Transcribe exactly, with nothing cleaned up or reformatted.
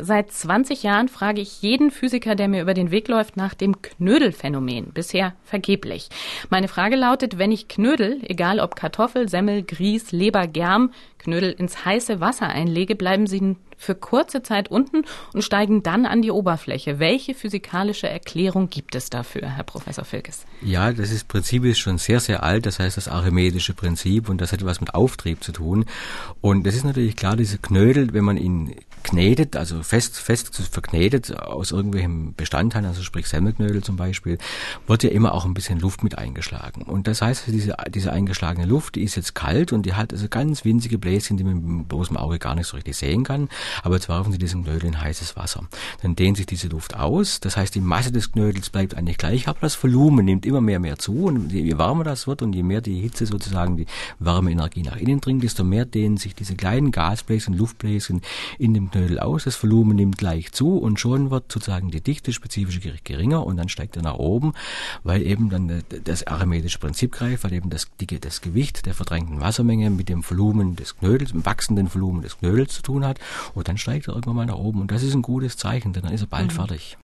Seit zwanzig Jahren frage ich jeden Physiker, der mir über den Weg läuft, nach dem Knödelphänomen. Bisher vergeblich. Meine Frage lautet, wenn ich Knödel, egal ob Kartoffel, Semmel, Grieß, Leber, Germ, Knödel ins heiße Wasser einlege, bleiben sie für kurze Zeit unten und steigen dann an die Oberfläche. Welche physikalische Erklärung gibt es dafür, Herr Professor Filkes? Ja, das ist, Prinzip ist schon sehr, sehr alt. Das heißt das archimedische Prinzip, und das hat was mit Auftrieb zu tun. Und es ist natürlich klar, dieser Knödel, wenn man ihn knetet, also fest, fest verknetet aus irgendwelchen Bestandteilen, also sprich Semmelknödel zum Beispiel, wird ja immer auch ein bisschen Luft mit eingeschlagen. Und das heißt, diese, diese eingeschlagene Luft, die ist jetzt kalt und die hat also ganz winzige Bläschen, die man mit dem bloßen Auge gar nicht so richtig sehen kann. Aber jetzt werfen Sie diesen Knödel in heißes Wasser. Dann dehnt sich diese Luft aus. Das heißt, die Masse des Knödels bleibt eigentlich gleich, aber das Volumen nimmt immer mehr, mehr zu. Und je warmer das wird und je mehr die Hitze sozusagen, die Wärmeenergie nach innen dringt, desto mehr dehnen sich diese kleinen Gasbläschen, Luftbläschen in dem Knödel aus. Das Volumen nimmt gleich zu und schon wird sozusagen die Dichte spezifisch geringer und dann steigt er nach oben, weil eben dann das archimedische Prinzip greift, weil eben das, die, das Gewicht der verdrängten Wassermenge mit dem Volumen des Knödels, dem wachsenden Volumen des Knödels zu tun hat. Und dann steigt er irgendwann mal nach oben. Und das ist ein gutes Zeichen, denn dann ist er bald mhm. fertig.